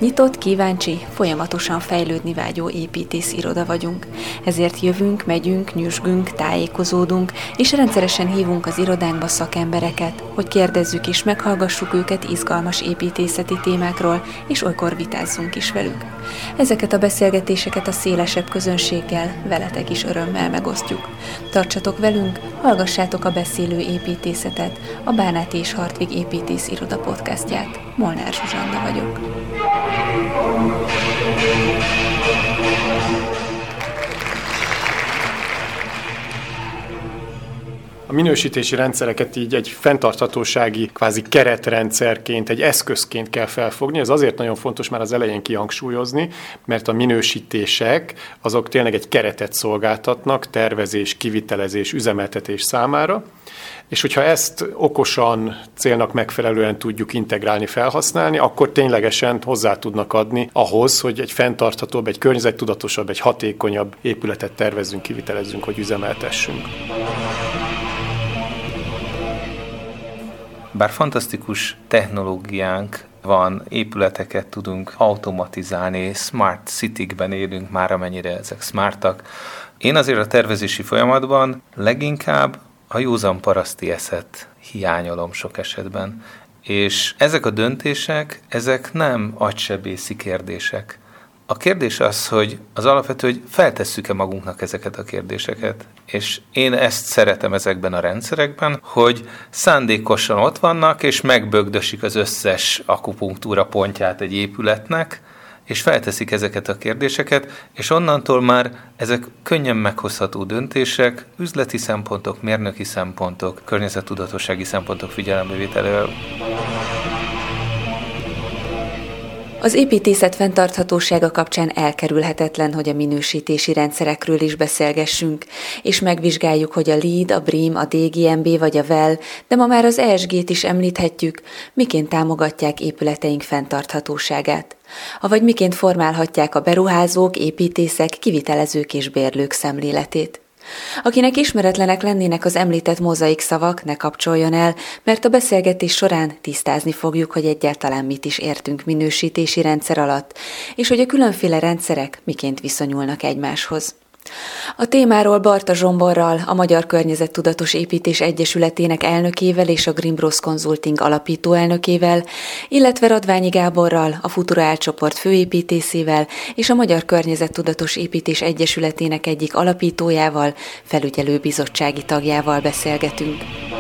Nyitott, kíváncsi, folyamatosan fejlődni vágyó építésziroda vagyunk. Ezért jövünk, megyünk, nyüzsgünk, tájékozódunk, és rendszeresen hívunk az irodánkba szakembereket, hogy kérdezzük és meghallgassuk őket izgalmas építészeti témákról, és olykor vitázzunk is velük. Ezeket a beszélgetéseket a szélesebb közönséggel, veletek is örömmel megosztjuk. Tartsatok velünk, hallgassátok a Beszélő építészetet, a Bánáti és Hartwig építésziroda podcastját. Molnár Zsuzsanna vagyok. A minősítési rendszereket így egy fenntarthatósági kvázi keretrendszerként, egy eszközként kell felfogni. Ez azért nagyon fontos már az elején kihangsúlyozni, mert a minősítések azok tényleg egy keretet szolgáltatnak tervezés, kivitelezés, üzemeltetés számára. És hogyha ezt okosan, célnak megfelelően tudjuk integrálni, felhasználni, akkor ténylegesen hozzá tudnak adni ahhoz, hogy egy fenntarthatóbb, egy környezettudatosabb, egy hatékonyabb épületet tervezzünk, kivitelezzünk, hogy üzemeltessünk. Bár fantasztikus technológiánk van, épületeket tudunk automatizálni, smart city-kben élünk már, amennyire ezek smartak. Én azért a tervezési folyamatban leginkább a józan paraszti eszet hiányolom sok esetben. És ezek a döntések, ezek nem agysebészi kérdések. A kérdés az, hogy az alapvető, hogy feltesszük-e magunknak ezeket a kérdéseket. És én ezt szeretem ezekben a rendszerekben, hogy szándékosan ott vannak, és megbögdösik az összes akupunktúra pontját egy épületnek, és felteszik ezeket a kérdéseket, és onnantól már ezek könnyen meghozható döntések, üzleti szempontok, mérnöki szempontok, környezettudatossági szempontok figyelembevételével. Az építészet fenntarthatósága kapcsán elkerülhetetlen, hogy a minősítési rendszerekről is beszélgessünk, és megvizsgáljuk, hogy a LEED, a BREEAM, a DGNB vagy a WELL, de ma már az ESG-t is említhetjük, miként támogatják épületeink fenntarthatóságát. Avagy miként formálhatják a beruházók, építészek, kivitelezők és bérlők szemléletét. Akinek ismeretlenek lennének az említett mozaik szavak, ne kapcsoljon el, mert a beszélgetés során tisztázni fogjuk, hogy egyáltalán mit is értünk minősítési rendszer alatt, és hogy a különféle rendszerek miként viszonyulnak egymáshoz. A témáról Barta Zsomborral, a Magyar Környezettudatos Építés Egyesületének elnökével és a Grimbros Consulting alapító elnökével, illetve Radványi Gáborral, a Futura csoport főépítészével és a Magyar Környezettudatos Építés Egyesületének egyik alapítójával, felügyelő bizottsági tagjával beszélgetünk.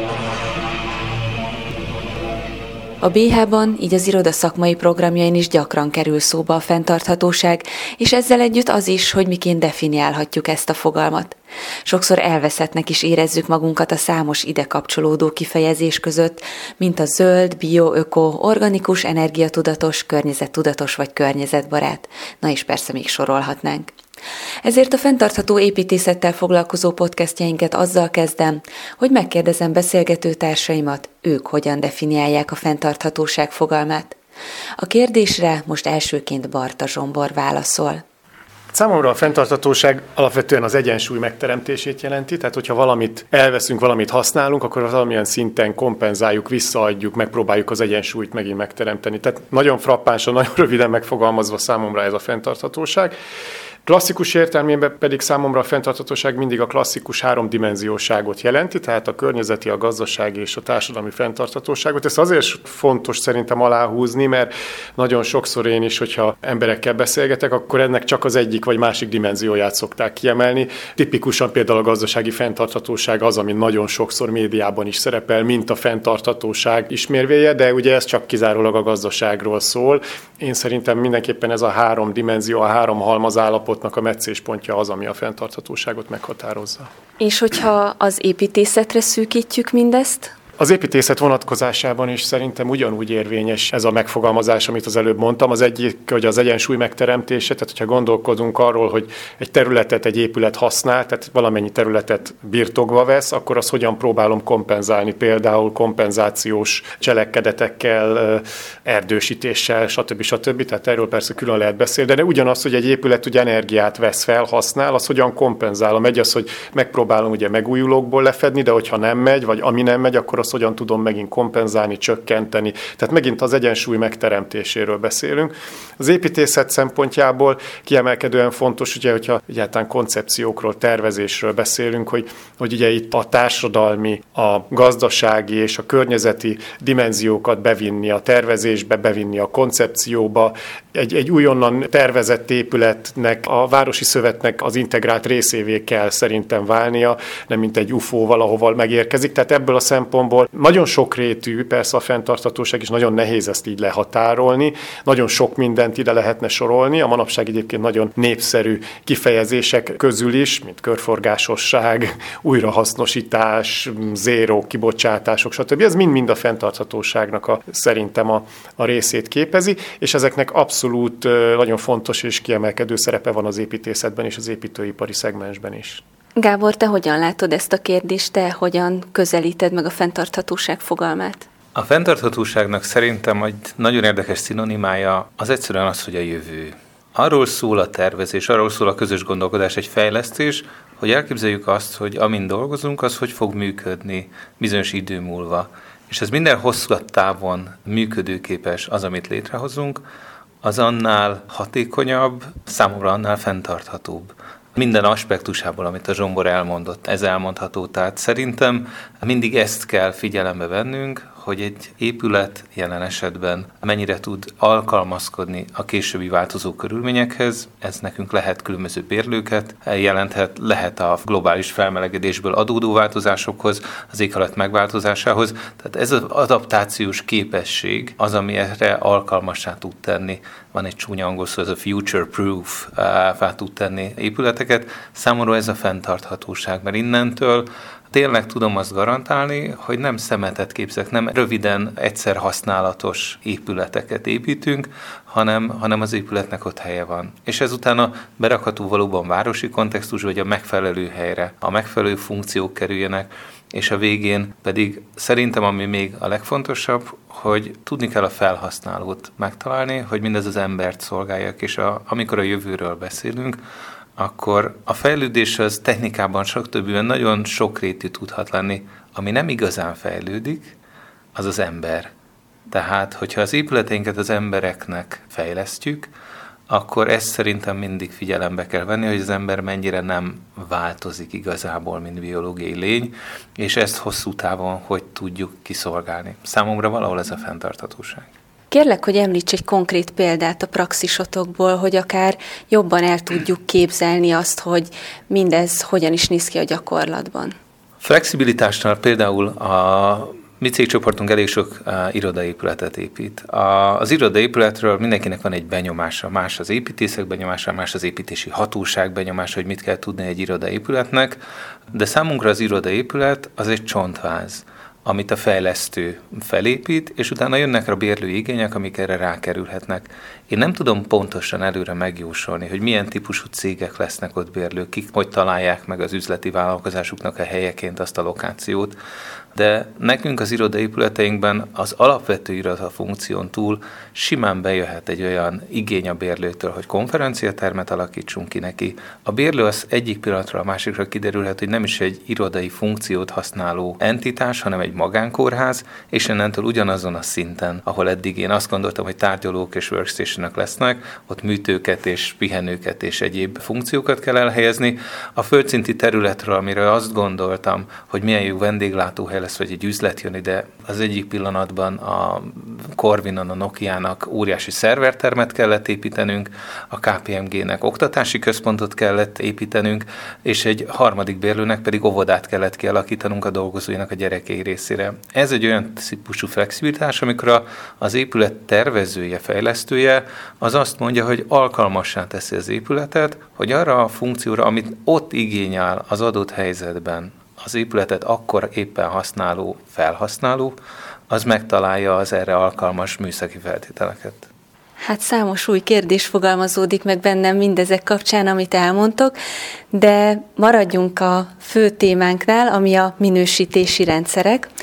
A BH-ban, így az iroda szakmai programjain is gyakran kerül szóba a fenntarthatóság, és ezzel együtt az is, hogy miként definiálhatjuk ezt a fogalmat. Sokszor elveszettnek is érezzük magunkat a számos ide kapcsolódó kifejezés között, mint a zöld, bio, öko, organikus, energiatudatos, környezettudatos vagy környezetbarát. Na és persze még sorolhatnánk. Ezért a fenntartható építészettel foglalkozó podcastjainket azzal kezdem, hogy megkérdezem beszélgetőtársaimat, ők hogyan definiálják a fenntarthatóság fogalmát. A kérdésre most elsőként Barta Zsombor válaszol. Számomra a fenntarthatóság alapvetően az egyensúly megteremtését jelenti, tehát hogyha valamit elveszünk, valamit használunk, akkor valamilyen szinten kompenzáljuk, visszaadjuk, megpróbáljuk az egyensúlyt megint megteremteni. Tehát nagyon frappánsan, nagyon röviden megfogalmazva számomra ez a fenntarthatóság. Klasszikus értelmében pedig számomra a fenntarthatóság mindig a klasszikus háromdimenzióságot jelenti, tehát a környezeti, a gazdasági és a társadalmi fenntarthatóságot. Ez azért fontos szerintem aláhúzni, mert nagyon sokszor én is, hogyha emberekkel beszélgetek, akkor ennek csak az egyik vagy másik dimenzióját szokták kiemelni. Tipikusan például a gazdasági fenntarthatóság az, ami nagyon sokszor médiában is szerepel, mint a fenntarthatóság ismérvéje, de ugye ez csak kizárólag a gazdaságról szól. Én szerintem mindenképpen ez a három dimenzió, a három halmazállapotnak a meccéspontja az, ami a fenntarthatóságot meghatározza. És hogyha az építészetre szűkítjük mindezt? Az építészet vonatkozásában is szerintem ugyanúgy érvényes ez a megfogalmazás, amit az előbb mondtam. Az egyik, hogy az egyensúly megteremtése, tehát hogyha gondolkodunk arról, hogy egy területet egy épület használ, tehát valamennyi területet birtokba vesz, akkor azt hogyan próbálom kompenzálni, például kompenzációs cselekedetekkel, erdősítéssel, stb. Tehát erről persze külön lehet beszélni, de ugyanaz, hogy egy épület ugye energiát vesz fel, használ, az hogyan kompenzálom. Megy az, hogy megpróbálom ugye megújulókból lefedni, de hogyha nem megy, vagy ami nem megy, akkor azt hogyan tudom megint kompenzálni, csökkenteni. Tehát megint az egyensúly megteremtéséről beszélünk. Az építészet szempontjából kiemelkedően fontos, ugye, hogyha egyáltalán koncepciókról, tervezésről beszélünk, hogy ugye itt a társadalmi, a gazdasági és a környezeti dimenziókat bevinni a tervezésbe, bevinni a koncepcióba. Egy újonnan tervezett épületnek, a városi szövetnek az integrált részévé kell szerintem válnia, nem mint egy UFO valahova megérkezik. Tehát ebből a szempontból nagyon sokrétű, persze a fenntarthatóság is nagyon nehéz ezt így lehatárolni. Nagyon sok mindent ide lehetne sorolni. A manapság egyébként nagyon népszerű kifejezések közül is, mint körforgásosság, újrahasznosítás, zéró kibocsátások, stb. Ez mind-mind a fenntarthatóságnak szerintem a részét képezi, és ezeknek abszolút nagyon fontos és kiemelkedő szerepe van az építészetben és az építőipari szegmensben is. Gábor, te hogyan látod ezt a kérdést, te hogyan közelíted meg a fenntarthatóság fogalmát? A fenntarthatóságnak szerintem egy nagyon érdekes szinonimája az egyszerűen az, hogy a jövő. Arról szól a tervezés, arról szól a közös gondolkodás, egy fejlesztés, hogy elképzeljük azt, hogy amin dolgozunk, az hogy fog működni bizonyos idő múlva. És ez minden hosszú távon működőképes az, amit létrehozunk, az annál hatékonyabb, számomra annál fenntarthatóbb. Minden aspektusából, amit a Zsombor elmondott, ez elmondható. Tehát szerintem mindig ezt kell figyelembe vennünk, hogy egy épület jelen esetben mennyire tud alkalmazkodni a későbbi változó körülményekhez. Ez nekünk lehet különböző bérlőket jelenthet, lehet a globális felmelegedésből adódó változásokhoz, az éghajlat megváltozásához. Tehát ez az adaptációs képesség az, ami erre alkalmassá tud tenni. Van egy csúnya angol szó, ez a future proof, fel tud tenni épületeket. Számomra ez a fenntarthatóság, mert innentől tényleg tudom azt garantálni, hogy nem szemetet képzek, nem röviden egyszer használatos épületeket építünk, hanem az épületnek ott helye van. És ezután a berakható valóban városi kontextus, vagy a megfelelő helyre, a megfelelő funkciók kerüljenek, és a végén pedig szerintem, ami még a legfontosabb, hogy tudni kell a felhasználót megtalálni, hogy mindez az embert szolgáljak, és amikor a jövőről beszélünk, akkor a fejlődés az technikában sok többűen nagyon sokrétű tudhat lenni. Ami nem igazán fejlődik, az az ember. Tehát, hogyha az épületeinket az embereknek fejlesztjük, akkor ezt szerintem mindig figyelembe kell venni, hogy az ember mennyire nem változik igazából, mint biológiai lény, és ezt hosszú távon hogy tudjuk kiszolgálni. Számomra valahol ez a fenntarthatóság. Kérlek, hogy említs egy konkrét példát a praxisotokból, hogy akár jobban el tudjuk képzelni azt, hogy mindez hogyan is néz ki a gyakorlatban. Flexibilitásnál például a mi cégcsoportunk elég sok irodaépületet épít. Az irodaépületről mindenkinek van egy benyomása, más az építészek benyomása, más az építési hatóság benyomása, hogy mit kell tudni egy irodaépületnek, de számunkra az irodaépület az egy csontváz, amit a fejlesztő felépít, és utána jönnek a bérlői igények, amik erre rákerülhetnek. Én nem tudom pontosan előre megjósolni, hogy milyen típusú cégek lesznek ott bérlők, kik hogy találják meg az üzleti vállalkozásuknak a helyeként azt a lokációt, de nekünk az irodaépületeinkben az alapvető irodafunkción túl simán bejöhet egy olyan igény a bérlőtől, hogy konferenciatermet alakítsunk ki neki. A bérlő az egyik pillanatra a másikra kiderülhet, hogy nem is egy irodai funkciót használó entitás, hanem egy magánkórház, és innentől ugyanazon a szinten, ahol eddig én azt gondoltam, hogy tárgyalók és workstationok lesznek, ott műtőket és pihenőket és egyéb funkciókat kell elhelyezni. A földszinti területről, amiről azt gondoltam, hogy milyen jó vendéglátóhely lesz, vagy egy üzlet jön ide, az egyik pillanatban a Corvinon, a Nokiának óriási szervertermet kellett építenünk, a KPMG-nek oktatási központot kellett építenünk, és egy harmadik bérlőnek pedig óvodát kellett kialakítanunk a dolgozóinak a gyerekei részére. Ez egy olyan típusú flexibilitás, amikor az épület tervezője, fejlesztője az azt mondja, hogy alkalmassá teszi az épületet, hogy arra a funkcióra, amit ott igényel az adott helyzetben, az épületet akkor éppen használó, felhasználó, az megtalálja az erre alkalmas műszaki feltételeket. Hát számos új kérdés fogalmazódik meg bennem mindezek kapcsán, amit elmondtok, de maradjunk a fő témánknál, ami a minősítési rendszerek.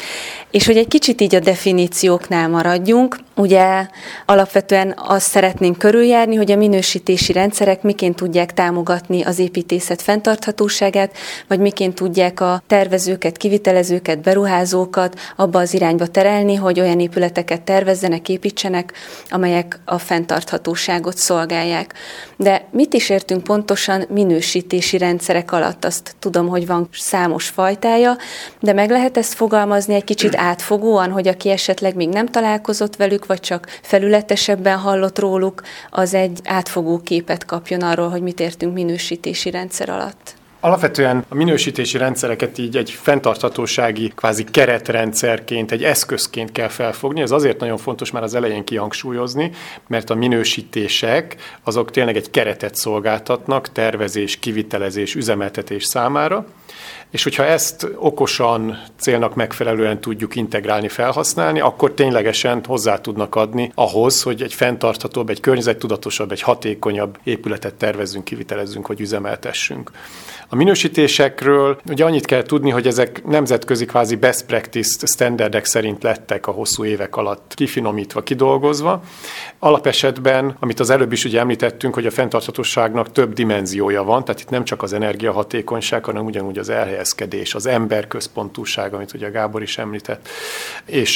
És hogy egy kicsit így a definícióknál maradjunk, ugye alapvetően azt szeretnénk körüljárni, hogy a minősítési rendszerek miként tudják támogatni az építészet fenntarthatóságát, vagy miként tudják a tervezőket, kivitelezőket, beruházókat abba az irányba terelni, hogy olyan épületeket tervezzenek, építsenek, amelyek a fenntarthatóságot szolgálják. De mit is értünk pontosan minősítési rendszerek alatt? Azt tudom, hogy van számos fajtája, de meg lehet ezt fogalmazni egy kicsit átfogóan, hogy aki esetleg még nem találkozott velük, vagy csak felületesebben hallott róluk, az egy átfogó képet kapjon arról, hogy mit értünk minősítési rendszer alatt. Alapvetően a minősítési rendszereket így egy fenntarthatósági kvázi keretrendszerként, egy eszközként kell felfogni. Ez azért nagyon fontos már az elején kihangsúlyozni, mert a minősítések azok tényleg egy keretet szolgáltatnak tervezés, kivitelezés, üzemeltetés számára. És hogyha ezt okosan, célnak megfelelően tudjuk integrálni, felhasználni, akkor ténylegesen hozzá tudnak adni ahhoz, hogy egy fenntarthatóbb, egy környezettudatosabb, egy hatékonyabb épületet tervezzünk, kivitelezzünk, vagy üzemeltessünk. A minősítésekről ugye annyit kell tudni, hogy ezek nemzetközi kvázi best practice standardek szerint lettek a hosszú évek alatt kifinomítva, kidolgozva. Alapesetben, amit az előbb is ugye említettünk, hogy a fenntarthatóságnak több dimenziója van, tehát itt nem csak az energiahatékonyság, hanem ugyanúgy az elhelyezkedés, az emberközpontúság, amit ugye Gábor is említett, és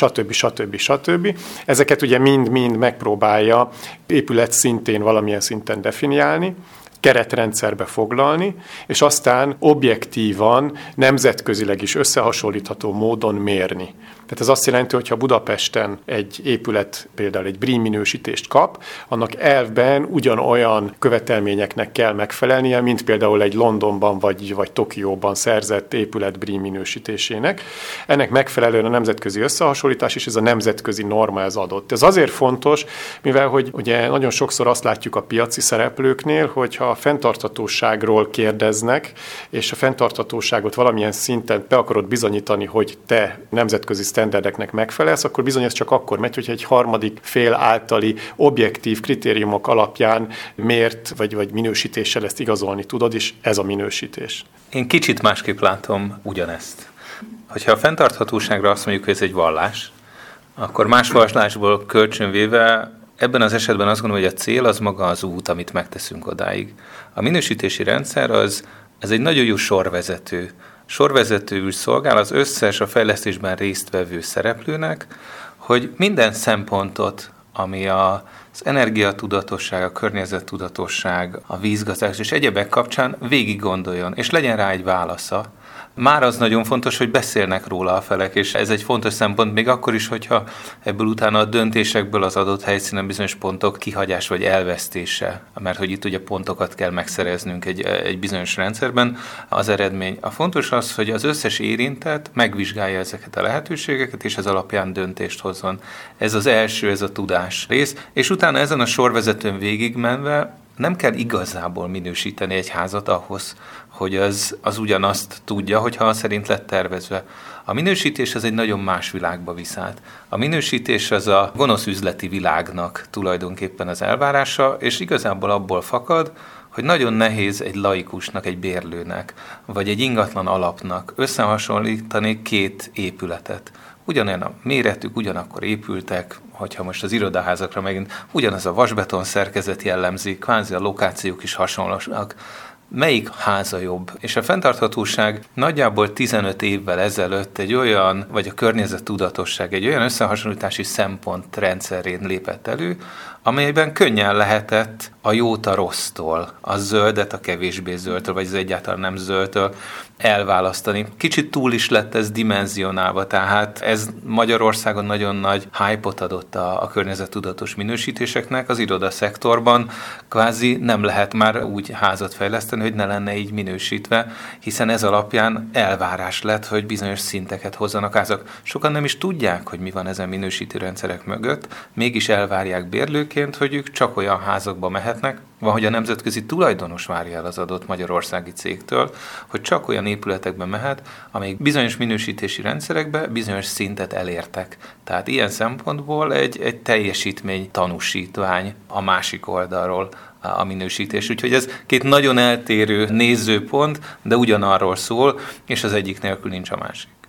stb. Ezeket ugye mind-mind megpróbálja épület szintén valamilyen szinten definiálni, keretrendszerbe foglalni, és aztán objektívan, nemzetközileg is összehasonlítható módon mérni. Tehát ez azt jelenti, hogy ha Budapesten egy épület például egy BREEAM minősítést kap, annak elvben ugyanolyan követelményeknek kell megfelelnie, mint például egy Londonban vagy Tokióban szerzett épület BREEAM minősítésének. Ennek megfelelően a nemzetközi összehasonlítás és ez a nemzetközi norma ez adott. Ez azért fontos, mivel hogy ugye nagyon sokszor azt látjuk a piaci szereplőknél, hogyha a fenntarthatóságról kérdeznek, és a fenntarthatóságot valamilyen szinten be akarod bizonyítani, hogy te nemzetközi sztenderdeknek megfelelsz, akkor bizony ez csak akkor megy, hogyha egy harmadik fél általi objektív kritériumok alapján mért vagy minősítéssel ezt igazolni tudod, és ez a minősítés. Én kicsit másképp látom ugyanezt. Hogyha a fenntarthatóságra azt mondjuk, hogy ez egy vallás, akkor más vallásból kölcsönvéve ebben az esetben azt gondolom, hogy a cél az maga az út, amit megteszünk odáig. A minősítési rendszer ez egy nagyon jó sorvezető. Sorvezetőül szolgál az összes a fejlesztésben résztvevő szereplőnek, hogy minden szempontot, ami az energiatudatosság, a környezettudatosság, a vízgazdálkodás és egyebek kapcsán végig gondoljon, és legyen rá egy válasza. Már az nagyon fontos, hogy beszélnek róla a felek, és ez egy fontos szempont, még akkor is, hogyha ebből utána a döntésekből az adott helyszínen bizonyos pontok kihagyás vagy elvesztése, mert hogy itt ugye pontokat kell megszereznünk egy bizonyos rendszerben, az eredmény. A fontos az, hogy az összes érintett megvizsgálja ezeket a lehetőségeket, és ez alapján döntést hozzon. Ez az első, ez a tudás rész, és utána ezen a sorvezetőn végigmenve nem kell igazából minősíteni egy házat ahhoz, hogy az ugyanazt tudja, hogyha szerint lett tervezve. A minősítés az egy nagyon más világba visz át. A minősítés az a gonosz üzleti világnak tulajdonképpen az elvárása, és igazából abból fakad, hogy nagyon nehéz egy laikusnak, egy bérlőnek, vagy egy ingatlan alapnak összehasonlítani két épületet. Ugyanolyan a méretük, ugyanakkor épültek, hogyha most az irodaházakra megint ugyanaz a vasbeton szerkezet jellemzi, kvázi a lokációk is hasonlóak. Melyik háza jobb? És a fenntarthatóság nagyjából 15 évvel ezelőtt egy olyan, vagy a környezettudatosság egy olyan összehasonlítási szempont rendszerén lépett elő, amelyben könnyen lehetett a jót a rossztól, a zöldet a kevésbé zöldtől, vagy az egyáltalán nem zöldtől elválasztani. Kicsit túl is lett ez dimenzionálva, tehát ez Magyarországon nagyon nagy hype-ot adott a környezettudatos minősítéseknek. Az irodaszektorban kvázi nem lehet már úgy házat fejleszteni, hogy ne lenne így minősítve, hiszen ez alapján elvárás lett, hogy bizonyos szinteket hozzanak házak. Sokan nem is tudják, hogy mi van ezen minősítő rendszerek mögött, mégis elvárják bérlőként, hogy ők csak olyan házakba mehetnek, van, hogy a nemzetközi tulajdonos várja el az adott magyarországi cégtől, hogy csak olyan épületekben mehet, amelyik bizonyos minősítési rendszerekbe bizonyos szintet elértek. Tehát ilyen szempontból egy teljesítmény tanúsítvány a másik oldalról a minősítés. Úgyhogy ez két nagyon eltérő nézőpont, de ugyanarról szól, és az egyik nélkül nincs a másik.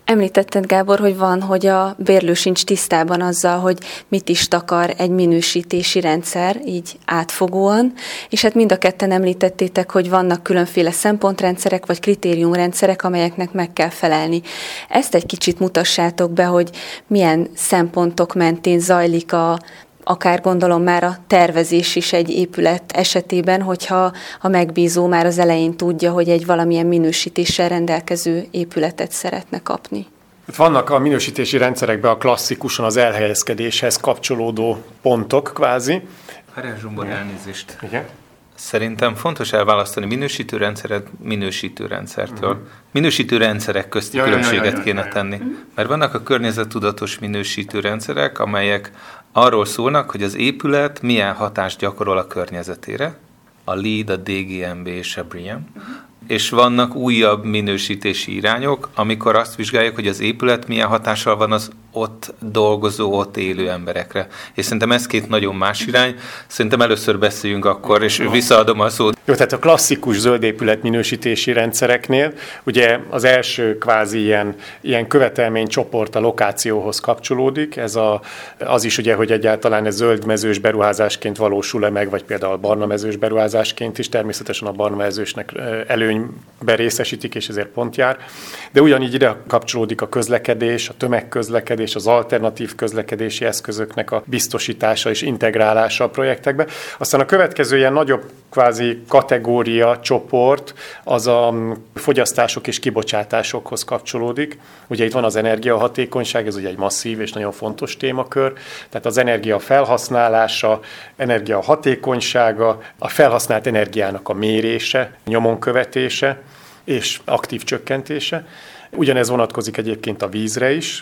Említetted, Gábor, hogy a bérlő sincs tisztában azzal, hogy mit is takar egy minősítési rendszer, így átfogóan, és hát mind a ketten említettétek, hogy vannak különféle szempontrendszerek vagy kritériumrendszerek, amelyeknek meg kell felelni. Ezt egy kicsit mutassátok be, hogy milyen szempontok mentén zajlik akár gondolom már a tervezés is egy épület esetében, hogyha a megbízó már az elején tudja, hogy egy valamilyen minősítéssel rendelkező épületet szeretne kapni. Vannak a minősítési rendszerekben a klasszikusan az elhelyezkedéshez kapcsolódó pontok kvázi. Zsumbor, elnézést. Igen. Szerintem fontos elválasztani minősítőrendszeret minősítőrendszertől. Minősítőrendszerek közti különbséget kéne tenni. Mert vannak a környezettudatos minősítőrendszerek, amelyek arról szólnak, hogy az épület milyen hatást gyakorol a környezetére. A LEED, a DGNB és a BREEAM. És vannak újabb minősítési irányok, amikor azt vizsgáljuk, hogy az épület milyen hatással van az ott dolgozó, ott élő emberekre. És szerintem ez két nagyon más irány. Szerintem először beszéljünk akkor, és visszaadom a szót. Jó, tehát a klasszikus zöld épület minősítési rendszereknél ugye az első kvázi ilyen követelménycsoport a lokációhoz kapcsolódik. Ez az is ugye, hogy egyáltalán ez zöld mezős beruházásként valósul-e meg, vagy például barna mezős beruházásként is. Természetesen a barna mezősnek előnyben részesítik, és ezért pont jár. De ugyanígy ide kapcsolódik a közlekedés, a tömegközlekedés, az alternatív közlekedési eszközöknek a biztosítása és integrálása a projektekbe. Aztán a következő ilyen nagyobb kvázi kategória, csoport, az a fogyasztások és kibocsátásokhoz kapcsolódik. Ugye itt van az energiahatékonyság, ez ugye egy masszív és nagyon fontos témakör. Tehát az energia felhasználása, energia hatékonysága, a felhasznált energiának a mérése, nyomon követése és aktív csökkentése. Ugyanez vonatkozik egyébként a vízre is,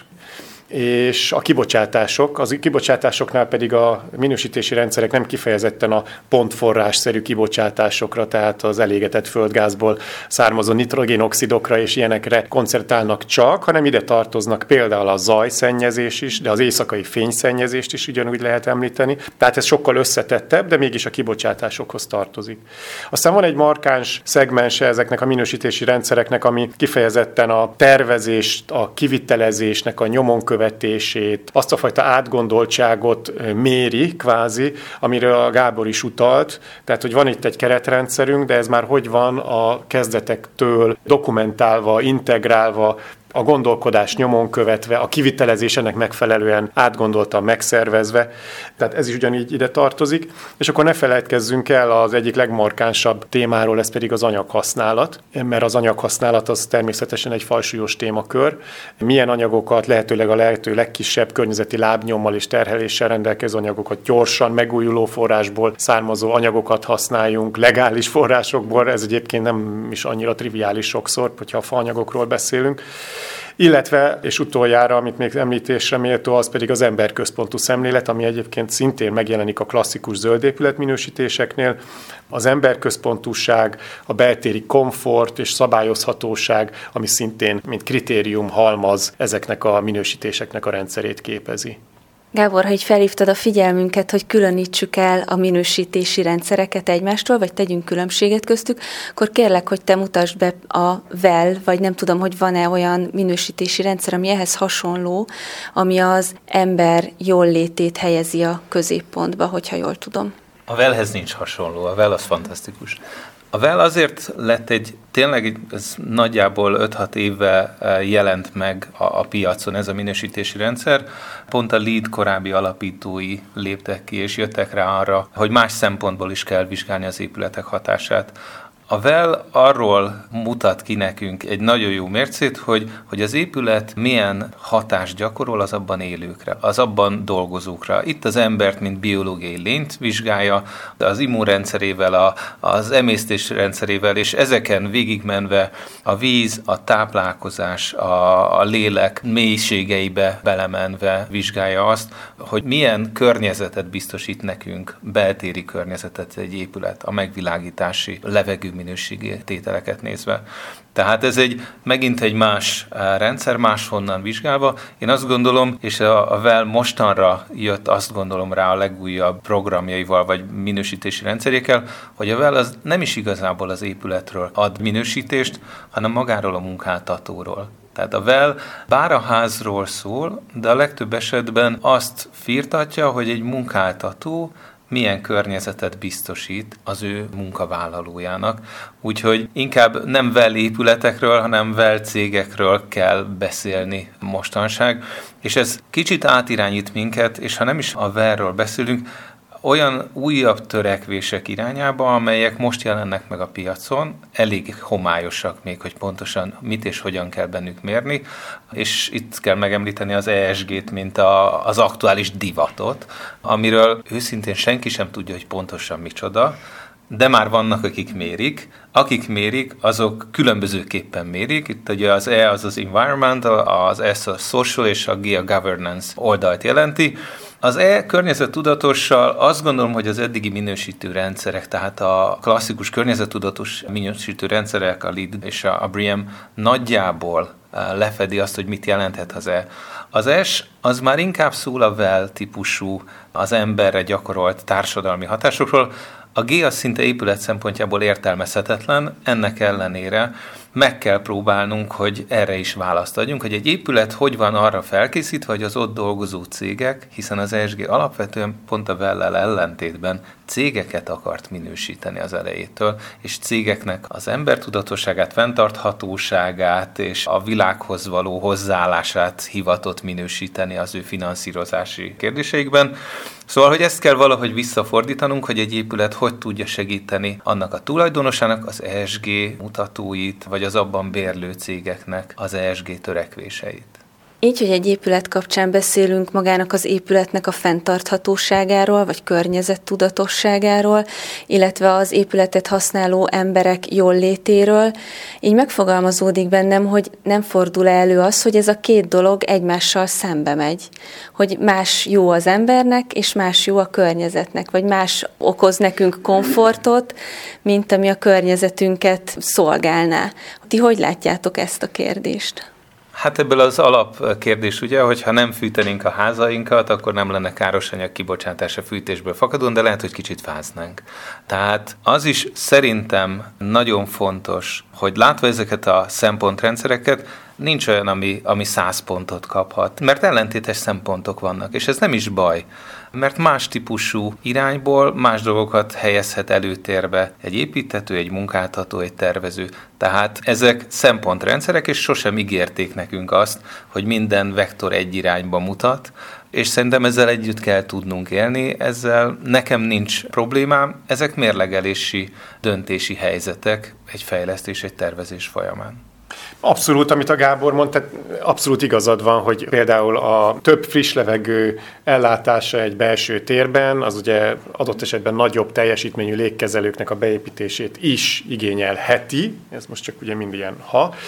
és a kibocsátásoknál pedig a minősítési rendszerek nem kifejezetten a pontforrásszerű kibocsátásokra, tehát az elégetett földgázból származó nitrogénoxidokra és ilyenekre koncentrálnak csak, hanem ide tartoznak például a zajszennyezés is, de az éjszakai fényszennyezést is ugyanúgy lehet említeni. Tehát ez sokkal összetettebb, de mégis a kibocsátásokhoz tartozik. Aztán van egy markáns szegmense ezeknek a minősítési rendszereknek, ami kifejezetten a tervezést, a kivitelezésnek, a nyomon követését, azt a fajta átgondoltságot méri, kvázi, amiről a Gábor is utalt. Tehát, hogy van itt egy keretrendszerünk, de ez már hogy van a kezdetektől dokumentálva, integrálva, a gondolkodás nyomon követve, a kivitelezésének megfelelően átgondoltan megszervezve. Tehát ez is ugyanígy ide tartozik. És akkor ne felejtkezzünk el az egyik legmarkánsabb témáról, ez pedig az anyaghasználat, mert az anyaghasználat az természetesen egy fajsúlyos témakör. Milyen anyagokat, lehetőleg a lehető legkisebb környezeti lábnyommal és terheléssel rendelkező anyagokat, gyorsan megújuló forrásból származó anyagokat használjunk, legális forrásokból, ez egyébként nem is annyira triviális sokszor, hogyha a faanyagokról beszélünk. Illetve, és utoljára, amit még említésre méltó, az pedig az emberközpontú szemlélet, ami egyébként szintén megjelenik a klasszikus zöld épületminősítéseknél. Az emberközpontúság, a beltéri komfort és szabályozhatóság, ami szintén, mint kritérium halmaz, ezeknek a minősítéseknek a rendszerét képezi. Gábor, ha így felhívtad a figyelmünket, hogy különítsük el a minősítési rendszereket egymástól, vagy tegyünk különbséget köztük, akkor kérlek, hogy te mutasd be a WELL, vagy nem tudom, hogy van-e olyan minősítési rendszer, ami ehhez hasonló, ami az ember jóllétét helyezi a középpontba, hogyha jól tudom. A WELL-hez nincs hasonló, a WELL az fantasztikus. A WELL azért lett tényleg ez nagyjából 5-6 éve jelent meg a piacon ez a minősítési rendszer. Pont a LEED korábbi alapítói léptek ki és jöttek rá arra, hogy más szempontból is kell vizsgálni az épületek hatását. A WELL arról mutat ki nekünk egy nagyon jó mércét, hogy az épület milyen hatást gyakorol az abban élőkre, az abban dolgozókra. Itt az embert, mint biológiai lényt vizsgálja, az immunrendszerével, az emésztés rendszerével, és ezeken végigmenve a víz, a táplálkozás, a lélek mélységeibe belemenve vizsgálja azt, hogy milyen környezetet biztosít nekünk, beltéri környezetet egy épület, a megvilágítási, levegő minőségi tételeket nézve. Tehát ez megint egy más rendszer, máshonnan vizsgálva. Én azt gondolom, és a WELL mostanra jött, azt gondolom rá a legújabb programjaival, vagy minősítési rendszerékkel, hogy a WELL az nem is igazából az épületről ad minősítést, hanem magáról a munkáltatóról. Tehát a well bár a házról szól, de a legtöbb esetben azt firtatja, hogy egy munkáltató milyen környezetet biztosít az ő munkavállalójának. Úgyhogy inkább nem well épületekről, hanem well cégekről kell beszélni mostanság. És ez kicsit átirányít minket, és ha nem is a well-ről beszélünk, olyan újabb törekvések irányába, amelyek most jelennek meg a piacon, elég homályosak még, hogy pontosan mit és hogyan kell bennük mérni, és itt kell megemlíteni az ESG-t, mint az aktuális divatot, amiről őszintén senki sem tudja, hogy pontosan micsoda, de már vannak, akik mérik. Akik mérik, azok különbözőképpen mérik. Itt ugye az E az environment, az S a social és a G a governance oldalt jelenti. Az környezettudatossal azt gondolom, hogy az eddigi minősítő rendszerek, tehát a klasszikus környezettudatos minősítő rendszerek, a LEED és a BREEAM nagyjából lefedi azt, hogy mit jelenthet az E. Az S az már inkább szól a WELL típusú, az emberre gyakorolt társadalmi hatásokról. A G az szinte épület szempontjából értelmezhetetlen, ennek ellenére meg kell próbálnunk, hogy erre is választ adjunk, hogy egy épület hogy van arra felkészítve, hogy az ott dolgozó cégek, hiszen az ESG alapvetően pont a WELL-lel ellentétben cégeket akart minősíteni az elejétől, és cégeknek az embertudatosságát, fenntarthatóságát és a világhoz való hozzáállását hivatott minősíteni az ő finanszírozási kérdéseikben. Szóval, hogy ezt kell valahogy visszafordítanunk, hogy egy épület hogy tudja segíteni annak a tulajdonosának az ESG mutatóit, vagy az abban bérlő cégeknek az ESG törekvéseit. Így, hogy egy épület kapcsán beszélünk magának az épületnek a fenntarthatóságáról, vagy környezettudatosságáról, illetve az épületet használó emberek jóllétéről, így megfogalmazódik bennem, hogy nem fordul elő az, hogy ez a két dolog egymással szembe megy. Hogy más jó az embernek, és más jó a környezetnek, vagy más okoz nekünk komfortot, mint ami a környezetünket szolgálná. Ti hogy látjátok ezt a kérdést? Hát ebből az alapkérdés ugye, hogy ha nem fűtenénk a házainkat, akkor nem lenne károsanyag kibocsátása fűtésből fakadóan, de lehet, hogy kicsit fáznánk. Tehát az is szerintem nagyon fontos, hogy látva ezeket a szempontrendszereket, nincs olyan, ami 100 pontot kaphat, mert ellentétes szempontok vannak, és ez nem is baj, mert más típusú irányból más dolgokat helyezhet előtérbe egy építtető, egy munkáltató, egy tervező. Tehát ezek szempontrendszerek, és sosem ígérték nekünk azt, hogy minden vektor egy irányba mutat, és szerintem ezzel együtt kell tudnunk élni, ezzel nekem nincs problémám, ezek mérlegelési, döntési helyzetek egy fejlesztés, egy tervezés folyamán. Abszolút, amit a Gábor mondta, abszolút igazad van, hogy például a több friss levegő ellátása egy belső térben, az ugye adott esetben nagyobb teljesítményű légkezelőknek a beépítését is igényelheti, ez most csak ugye mind ilyen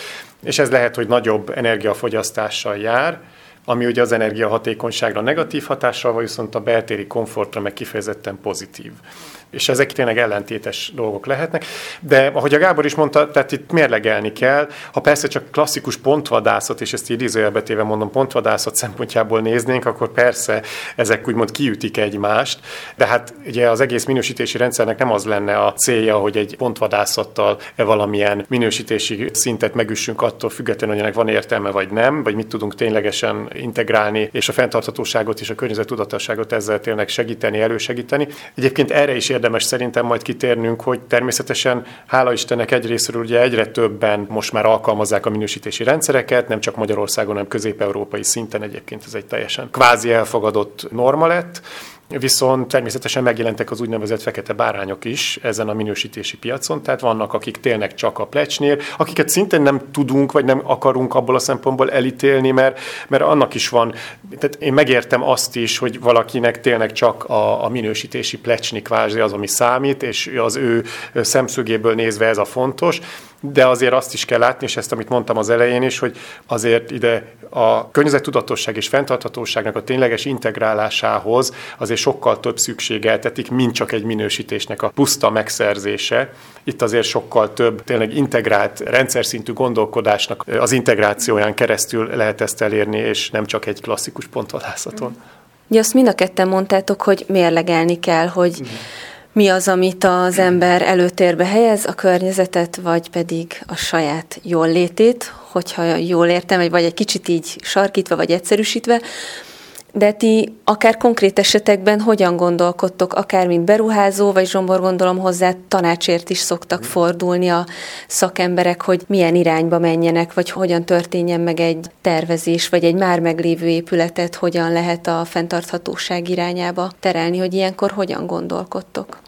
és ez lehet, hogy nagyobb energiafogyasztással jár, ami ugye az energiahatékonyságra negatív hatással van, viszont a beltéri komfortra meg kifejezetten pozitív. És ezek tényleg ellentétes dolgok lehetnek. De ahogy a Gábor is mondta, tehát itt mérlegelni kell. Ha persze csak klasszikus pontvadászat, és ezt idézőjelbe téve mondom, pontvadászat szempontjából néznénk, akkor persze ezek úgymond kiütik egymást. De hát ugye az egész minősítési rendszernek nem az lenne a célja, hogy egy pontvadászattal valamilyen minősítési szintet megüssünk attól függetlenül, hogy ennek van értelme vagy nem, vagy mit tudunk ténylegesen integrálni, és a fenntarthatóságot és a környezettudatosságot ezzel tényleg segíteni, elősegíteni. Egyébként erre is érdemes szerintem majd kitérnünk, hogy természetesen, hála Istennek egyrészről ugye egyre többen most már alkalmazzák a minősítési rendszereket, nem csak Magyarországon, hanem közép-európai szinten egyébként ez egy teljesen kvázi elfogadott norma lett. Viszont természetesen megjelentek az úgynevezett fekete bárányok is ezen a minősítési piacon, tehát vannak, akik tényleg csak a plecsnél, akiket szintén nem tudunk, vagy nem akarunk abból a szempontból elítélni, mert annak is van, tehát én megértem azt is, hogy valakinek tényleg csak a minősítési plecsni kvázi az, ami számít, és az ő szemszögéből nézve ez a fontos, de azért azt is kell látni, és ezt, amit mondtam az elején is, hogy azért ide a környezettudatosság és fenntarthatóságnak a tényleges integrálásához azért sokkal több szükségeltetik, mint csak egy minősítésnek a puszta megszerzése. Itt azért sokkal több tényleg integrált, rendszer szintű gondolkodásnak az integrációján keresztül lehet ezt elérni, és nem csak egy klasszikus pontvadászaton. Ja, azt mind a ketten mondtátok, hogy mérlegelni kell, hogy Mi az, amit az ember előtérbe helyez, a környezetet, vagy pedig a saját jóllétét, hogyha jól értem, vagy egy kicsit így sarkítva, vagy egyszerűsítve. De ti akár konkrét esetekben hogyan gondolkodtok, akár mint beruházó, vagy Zsombor, gondolom hozzá tanácsért is szoktak fordulni a szakemberek, hogy milyen irányba menjenek, vagy hogyan történjen meg egy tervezés, vagy egy már meglévő épületet hogyan lehet a fenntarthatóság irányába terelni, hogy ilyenkor hogyan gondolkodtok?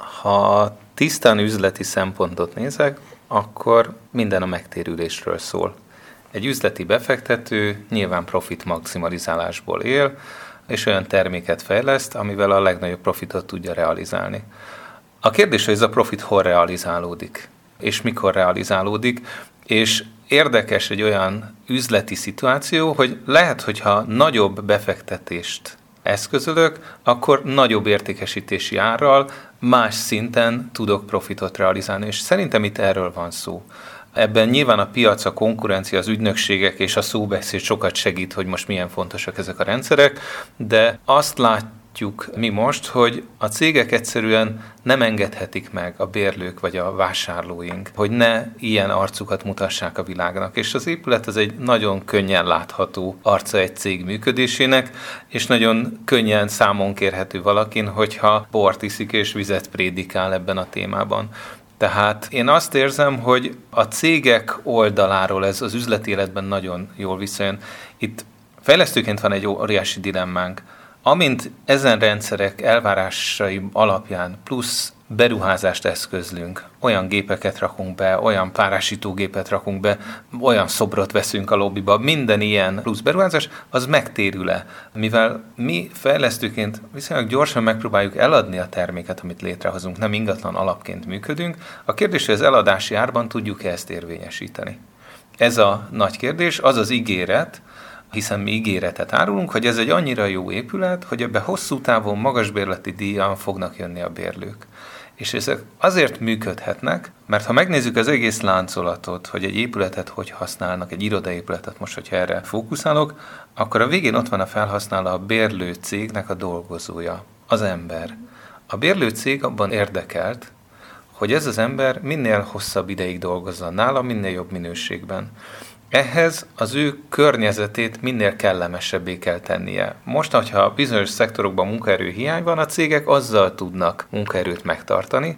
Ha tisztán üzleti szempontot nézek, akkor minden a megtérülésről szól. Egy üzleti befektető nyilván profit maximalizálásból él, és olyan terméket fejleszt, amivel a legnagyobb profitot tudja realizálni. A kérdés, hogy ez a profit hol realizálódik, és mikor realizálódik, és érdekes egy olyan üzleti szituáció, hogy lehet, hogyha nagyobb befektetést eszközölök, akkor nagyobb értékesítési árral más szinten tudok profitot realizálni, és szerintem itt erről van szó. Ebben nyilván a piac, a konkurencia, az ügynökségek és a szóbeszéd sokat segít, hogy most milyen fontosak ezek a rendszerek, de azt látjuk mi most, hogy a cégek egyszerűen nem engedhetik meg, a bérlők vagy a vásárlóink, hogy ne ilyen arcukat mutassák a világnak. És az épület az egy nagyon könnyen látható arca egy cég működésének, és nagyon könnyen számon kérhető valakin, hogyha bort iszik és vizet prédikál ebben a témában. Tehát én azt érzem, hogy a cégek oldaláról ez az üzleti életben nagyon jól visszajön. Itt fejlesztőként van egy óriási dilemmánk. Amint ezen rendszerek elvárásai alapján plusz beruházást eszközlünk, olyan gépeket rakunk be, olyan párásítógépet rakunk be, olyan szobrot veszünk a lobbiba, minden ilyen plusz beruházás, az megtérül-e? Mivel mi fejlesztőként viszonylag gyorsan megpróbáljuk eladni a terméket, amit létrehozunk, nem ingatlan alapként működünk, a kérdés, hogy az eladási árban tudjuk-e ezt érvényesíteni? Ez a nagy kérdés, az az ígéret, hiszen mi ígéretet árulunk, hogy ez egy annyira jó épület, hogy ebbe hosszú távon magas bérleti díjan fognak jönni a bérlők. És ezek azért működhetnek, mert ha megnézzük az egész láncolatot, hogy egy épületet hogy használnak, egy irodaépületet most, hogyha erre fókuszálok, akkor a végén ott van a felhasználó, a bérlő cégnek a dolgozója, az ember. A bérlő cég abban érdekelt, hogy ez az ember minél hosszabb ideig dolgozzon nála, minél jobb minőségben. Ehhez az ő környezetét minél kellemesebbé kell tennie. Most, hogyha bizonyos szektorokban munkaerő hiány van, a cégek azzal tudnak munkaerőt megtartani,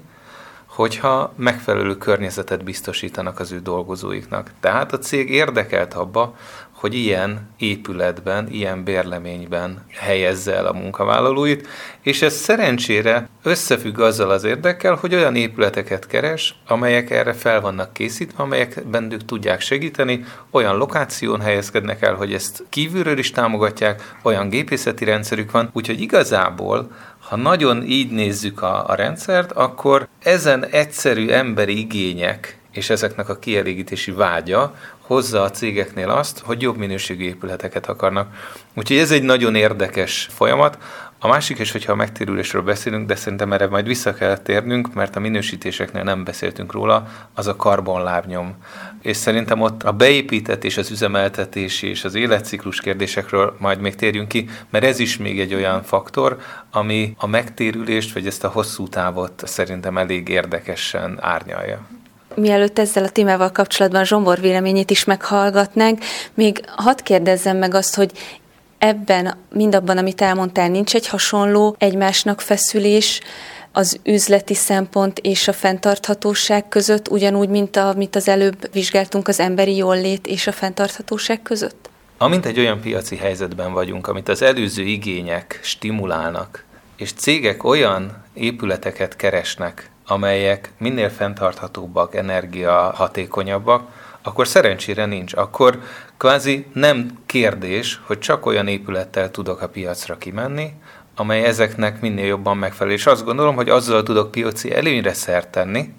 hogyha megfelelő környezetet biztosítanak az ő dolgozóiknak. Tehát a cég érdekelt abba, hogy ilyen épületben, ilyen bérleményben helyezze el a munkavállalóit, és ez szerencsére összefügg azzal az érdekkel, hogy olyan épületeket keres, amelyek erre fel vannak készítve, amelyek bennük tudják segíteni, olyan lokáción helyezkednek el, hogy ezt kívülről is támogatják, olyan gépészeti rendszerük van, úgyhogy igazából, ha nagyon így nézzük a rendszert, akkor ezen egyszerű emberi igények és ezeknek a kielégítési vágya hozza a cégeknél azt, hogy jobb minőségű épületeket akarnak. Úgyhogy ez egy nagyon érdekes folyamat. A másik is, hogyha a megtérülésről beszélünk, de szerintem erre majd vissza kell térnünk, mert a minősítéseknél nem beszéltünk róla, az a karbonlábnyom. És szerintem ott a beépített és az üzemeltetési és az életciklus kérdésekről majd még térjünk ki, mert ez is még egy olyan faktor, ami a megtérülést, vagy ezt a hosszú távot szerintem elég érdekesen árnyalja. Mielőtt ezzel a témával kapcsolatban Zsombor véleményét is meghallgatnánk, még hadd kérdezzem meg azt, hogy ebben, mindabban, amit elmondtál, nincs egy hasonló egymásnak feszülés az üzleti szempont és a fenntarthatóság között, ugyanúgy, mint amit az előbb vizsgáltunk, az emberi jólét és a fenntarthatóság között? Amint egy olyan piaci helyzetben vagyunk, amit az előző igények stimulálnak, és cégek olyan épületeket keresnek, amelyek minél fenntarthatóbbak, energiahatékonyabbak, akkor szerencsére nincs. Akkor kvázi nem kérdés, hogy csak olyan épülettel tudok a piacra kimenni, amely ezeknek minél jobban megfelel. És azt gondolom, hogy azzal tudok piaci előnyre szert tenni,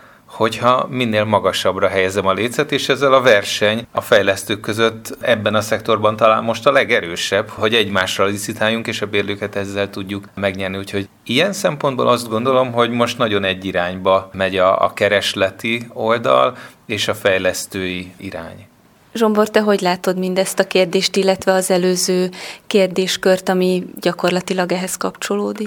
hogyha minél magasabbra helyezem a lécet, és ezzel a verseny a fejlesztők között ebben a szektorban talán most a legerősebb, hogy egymásra licitáljunk, és a bérlőket ezzel tudjuk megnyerni. Úgyhogy ilyen szempontból azt gondolom, hogy most nagyon egy irányba megy a keresleti oldal és a fejlesztői irány. Zsombor, te hogy látod mindezt a kérdést, illetve az előző kérdéskört, ami gyakorlatilag ehhez kapcsolódik?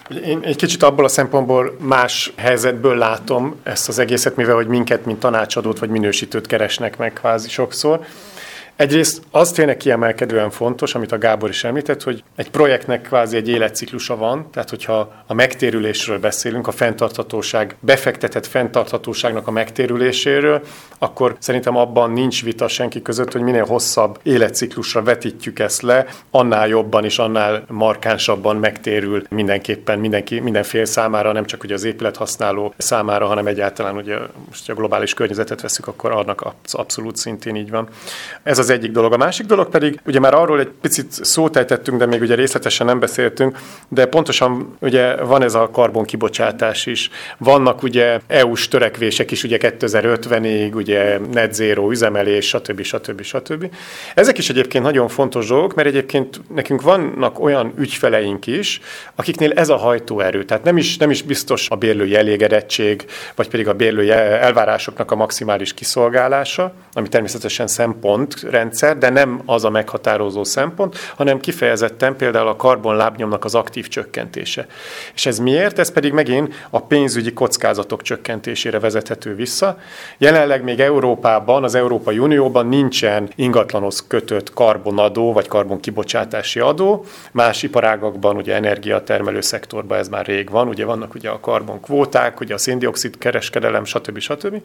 Én egy kicsit abból a szempontból más helyzetből látom ezt az egészet, mivel hogy minket, mint tanácsadót vagy minősítőt keresnek meg kvázi sokszor. Egyrészt az tényleg kiemelkedően fontos, amit a Gábor is említett, hogy egy projektnek kvázi egy életciklusa van, tehát hogyha a megtérülésről beszélünk, a fenntarthatóság, befektetett fenntarthatóságnak a megtérüléséről, akkor szerintem abban nincs vita senki között, hogy minél hosszabb életciklusra vetítjük ezt le, annál jobban és annál markánsabban megtérül mindenképpen minden fél számára, nem csak ugye az épülethasználó számára, hanem egyáltalán ugye most a globális környezetet veszük, akkor annak az abszolút szintén így van. Ez az egyik dolog. A másik dolog pedig, ugye már arról egy picit szót ejtettünk, de még ugye részletesen nem beszéltünk, de pontosan ugye van ez a karbonkibocsátás is. Vannak ugye EU-s törekvések is, ugye 2050-ig, ugye net zero üzemelés, stb. Ezek is egyébként nagyon fontos dolgok, mert egyébként nekünk vannak olyan ügyfeleink is, akiknél ez a hajtóerő. Tehát nem is biztos a bérlői elégedettség, vagy pedig a bérlői elvárásoknak a maximális kiszolgálása, ami természetesen szempontrendszer, de nem az a meghatározó szempont, hanem kifejezetten például a karbonlábnyomnak az aktív csökkentése. És ez miért? Ez pedig megint a pénzügyi kockázatok csökkentésére vezethető vissza. Jelenleg még Európában, az Európai Unióban nincsen ingatlanhoz kötött karbonadó, vagy karbonkibocsátási adó. Más iparágakban, ugye energiatermelő szektorban ez már rég van, ugye vannak ugye a karbonkvóták, ugye a széndioxid kereskedelem, stb.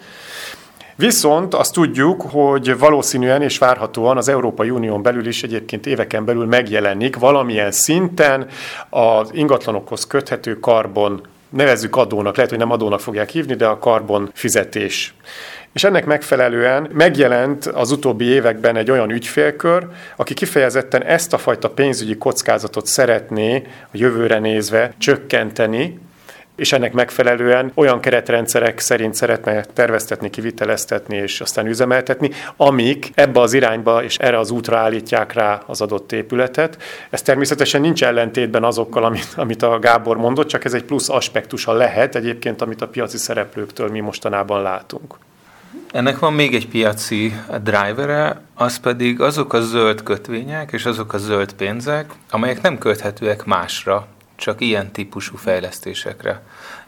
Viszont azt tudjuk, hogy valószínűen és várhatóan az Európai Unión belül is egyébként éveken belül megjelenik valamilyen szinten az ingatlanokhoz köthető karbon, nevezzük adónak, lehet, hogy nem adónak fogják hívni, de a karbon fizetés. És ennek megfelelően megjelent az utóbbi években egy olyan ügyfélkör, aki kifejezetten ezt a fajta pénzügyi kockázatot szeretné a jövőre nézve csökkenteni, és ennek megfelelően olyan keretrendszerek szerint szeretne terveztetni, kiviteleztetni és aztán üzemeltetni, amik ebbe az irányba és erre az útra állítják rá az adott épületet. Ez természetesen nincs ellentétben azokkal, amit a Gábor mondott, csak ez egy plusz aspektusa lehet egyébként, amit a piaci szereplőktől mi mostanában látunk. Ennek van még egy piaci drivere, az pedig azok a zöld kötvények és azok a zöld pénzek, amelyek nem köthetőek másra, csak ilyen típusú fejlesztésekre.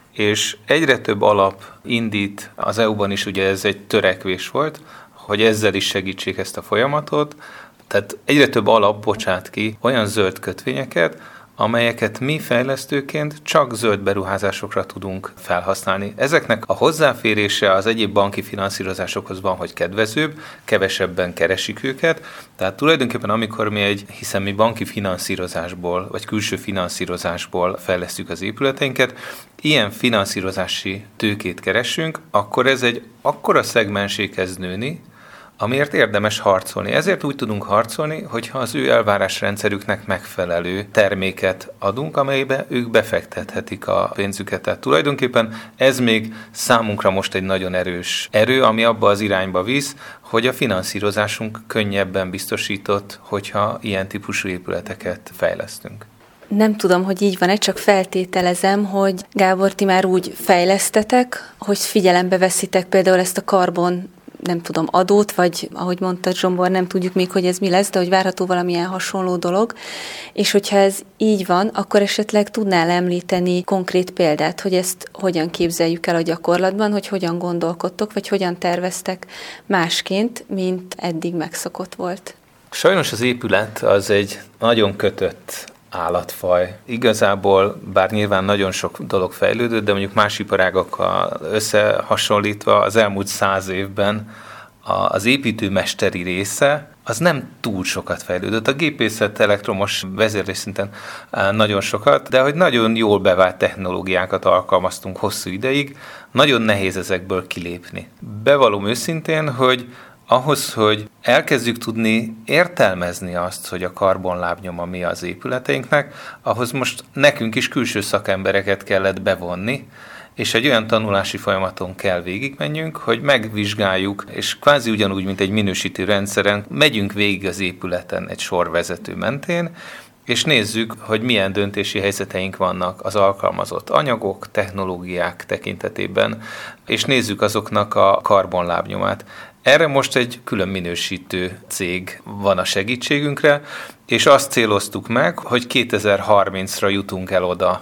És egyre több alap indít, az EU-ban is ugye ez egy törekvés volt, hogy ezzel is segítsék ezt a folyamatot, tehát egyre több alap bocsát ki olyan zöld kötvényeket, amelyeket mi fejlesztőként csak zöld beruházásokra tudunk felhasználni. Ezeknek a hozzáférése az egyéb banki finanszírozásokhoz van, hogy kedvezőbb, kevesebben keresik őket, tehát tulajdonképpen amikor hiszen mi banki finanszírozásból, vagy külső finanszírozásból fejlesztjük az épületeinket, ilyen finanszírozási tőkét keresünk, akkor ez egy akkora szegmensé kezd nőni, amiért érdemes harcolni. Ezért úgy tudunk harcolni, hogyha az ő elvárásrendszerüknek megfelelő terméket adunk, amelybe ők befektethetik a pénzüket. Tehát tulajdonképpen ez még számunkra most egy nagyon erős erő, ami abba az irányba visz, hogy a finanszírozásunk könnyebben biztosított, hogyha ilyen típusú épületeket fejlesztünk. Nem tudom, hogy így van-e, csak feltételezem, hogy Gábor, ti már úgy fejlesztetek, hogy figyelembe veszitek például ezt a karbon, nem tudom, adót, vagy ahogy mondta Zsombor, nem tudjuk még, hogy ez mi lesz, de hogy várható valamilyen hasonló dolog. És hogyha ez így van, akkor esetleg tudnál említeni konkrét példát, hogy ezt hogyan képzeljük el a gyakorlatban, hogy hogyan gondolkodtok, vagy hogyan terveztek másként, mint eddig megszokott volt. Sajnos az épület az egy nagyon kötött állatfaj. Igazából, bár nyilván nagyon sok dolog fejlődött, de mondjuk más iparágakkal összehasonlítva az elmúlt 100 évben az építőmesteri része az nem túl sokat fejlődött. A gépészet elektromos vezérlés szinten nagyon sokat, de hogy nagyon jól bevált technológiákat alkalmaztunk hosszú ideig, nagyon nehéz ezekből kilépni. Bevallom őszintén, hogy ahhoz, hogy elkezdjük tudni értelmezni azt, hogy a karbonlábnyoma mi az épületeinknek, ahhoz most nekünk is külső szakembereket kellett bevonni, és egy olyan tanulási folyamaton kell végigmenjünk, hogy megvizsgáljuk, és kvázi ugyanúgy, mint egy minősítő rendszeren, megyünk végig az épületen egy sorvezető mentén, és nézzük, hogy milyen döntési helyzeteink vannak az alkalmazott anyagok, technológiák tekintetében, és nézzük azoknak a karbonlábnyomát. Erre most egy külön minősítő cég van a segítségünkre, és azt céloztuk meg, hogy 2030-ra jutunk el oda,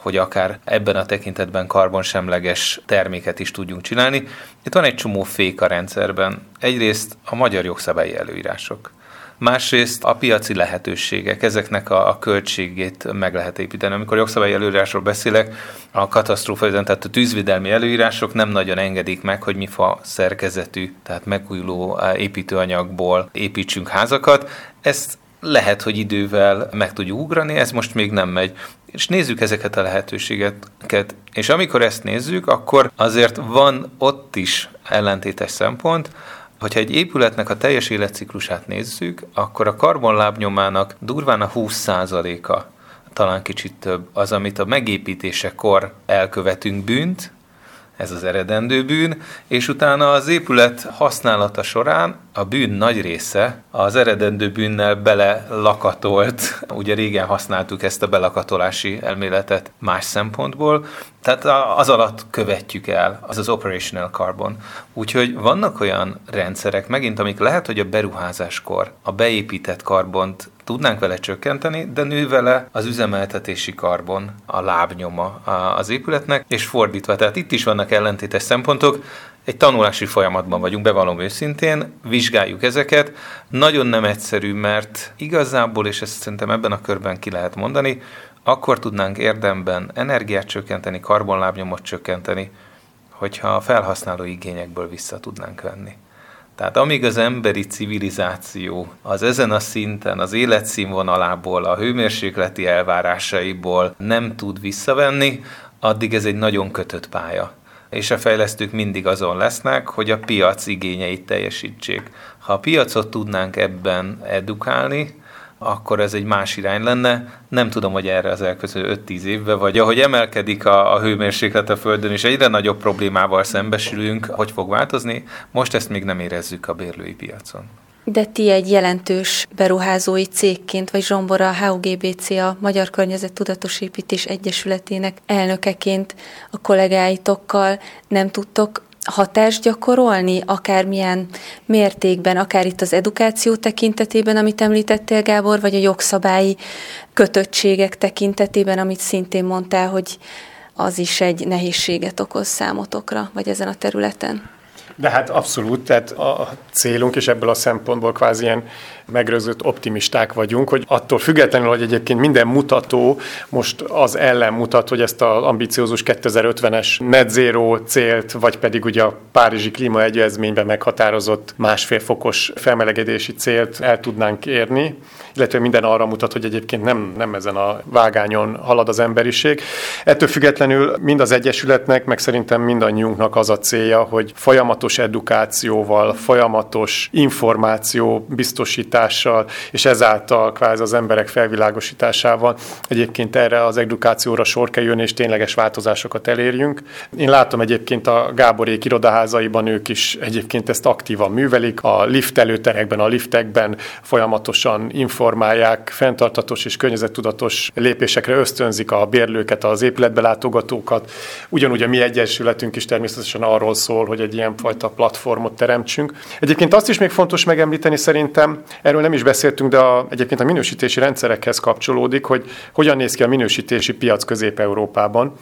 hogy akár ebben a tekintetben karbonsemleges terméket is tudjunk csinálni. Itt van egy csomó fék a rendszerben. Egyrészt a magyar jogszabályi előírások. Másrészt a piaci lehetőségek, ezeknek a költségét meg lehet építeni. Amikor jogszabályi előírásról beszélek, a katasztrófavédelmi, tehát a tűzvédelmi előírások nem nagyon engedik meg, hogy mi fa szerkezetű, tehát megújuló építőanyagból építsünk házakat. Ezt lehet, hogy idővel meg tudjuk ugrani, ez most még nem megy. És nézzük ezeket a lehetőségeket. És amikor ezt nézzük, akkor azért van ott is ellentétes szempont, hogyha egy épületnek a teljes életciklusát nézzük, akkor a karbonlábnyomának durván a 20%-a, talán kicsit több, az, amit a megépítésekor elkövetünk bűnt, ez az eredendő bűn, és utána az épület használata során a bűn nagy része az eredendő bűnnel belelakatolt, ugye régen használtuk ezt a belakatolási elméletet más szempontból, tehát az alatt követjük el, az az operational carbon. Úgyhogy vannak olyan rendszerek, megint, amik lehet, hogy a beruházáskor a beépített karbont tudnánk vele csökkenteni, de nő vele az üzemeltetési karbon, a lábnyoma az épületnek, és fordítva. Tehát itt is vannak ellentétes szempontok. Egy tanulási folyamatban vagyunk, bevallom őszintén, vizsgáljuk ezeket. Nagyon nem egyszerű, mert igazából, és ezt szerintem ebben a körben ki lehet mondani, akkor tudnánk érdemben energiát csökkenteni, karbonlábnyomot csökkenteni, hogyha a felhasználó igényekből vissza tudnánk venni. Tehát amíg az emberi civilizáció az ezen a szinten, az életszínvonalából, a hőmérsékleti elvárásaiból nem tud visszavenni, addig ez egy nagyon kötött pálya. És a fejlesztők mindig azon lesznek, hogy a piac igényeit teljesítsék. Ha a piacot tudnánk ebben edukálni, akkor ez egy más irány lenne. Nem tudom, hogy erre az elkövetkező 5-10 évben, vagy ahogy emelkedik a hőmérséklet a Földön, és egyre nagyobb problémával szembesülünk, hogy fog változni, most ezt még nem érezzük a bérlői piacon. De ti egy jelentős beruházói cégként, vagy Zsombor, a HUGBC, a Magyar Környezettudatos Építés Egyesületének elnökeként a kollégáitokkal nem tudtok hatást gyakorolni, akármilyen mértékben, akár itt az edukáció tekintetében, amit említettél, Gábor, vagy a jogszabályi kötöttségek tekintetében, amit szintén mondtál, hogy az is egy nehézséget okoz számotokra, vagy ezen a területen? De hát abszolút, tehát a célunk, és ebből a szempontból kvázi ilyen megrögzött optimisták vagyunk, hogy attól függetlenül, hogy egyébként minden mutató most az ellen mutat, hogy ezt az ambiciózus 2050-es net zero célt, vagy pedig ugye a Párizsi Klímaegyezményben meghatározott 1,5 fokos felmelegedési célt el tudnánk érni, illetve minden arra mutat, hogy egyébként nem ezen a vágányon halad az emberiség. Ettől függetlenül mind az Egyesületnek, meg szerintem mindannyiunknak az a célja, hogy folyamatos edukációval, folyamatos információ biztosítással, és ezáltal kvázi az emberek felvilágosításával egyébként erre az edukációra sor kerüljön, és tényleges változásokat elérjünk. Én látom egyébként a Gáborék irodaházaiban, ők is egyébként ezt aktívan művelik, a liftelőterekben, a liftekben folyamatosan informálják, fenntarthatós és környezettudatos lépésekre ösztönzik a bérlőket, az épületbe látogatókat. Ugyanúgy a mi egyesületünk is természetesen arról szól, hogy egy ilyenfajta platformot teremtsünk. Egyébként azt is még fontos megemlíteni szerintem, erről nem is beszéltünk, de egyébként a minősítési rendszerekhez kapcsolódik, hogy hogyan néz ki a minősítési piac Közép-Európában.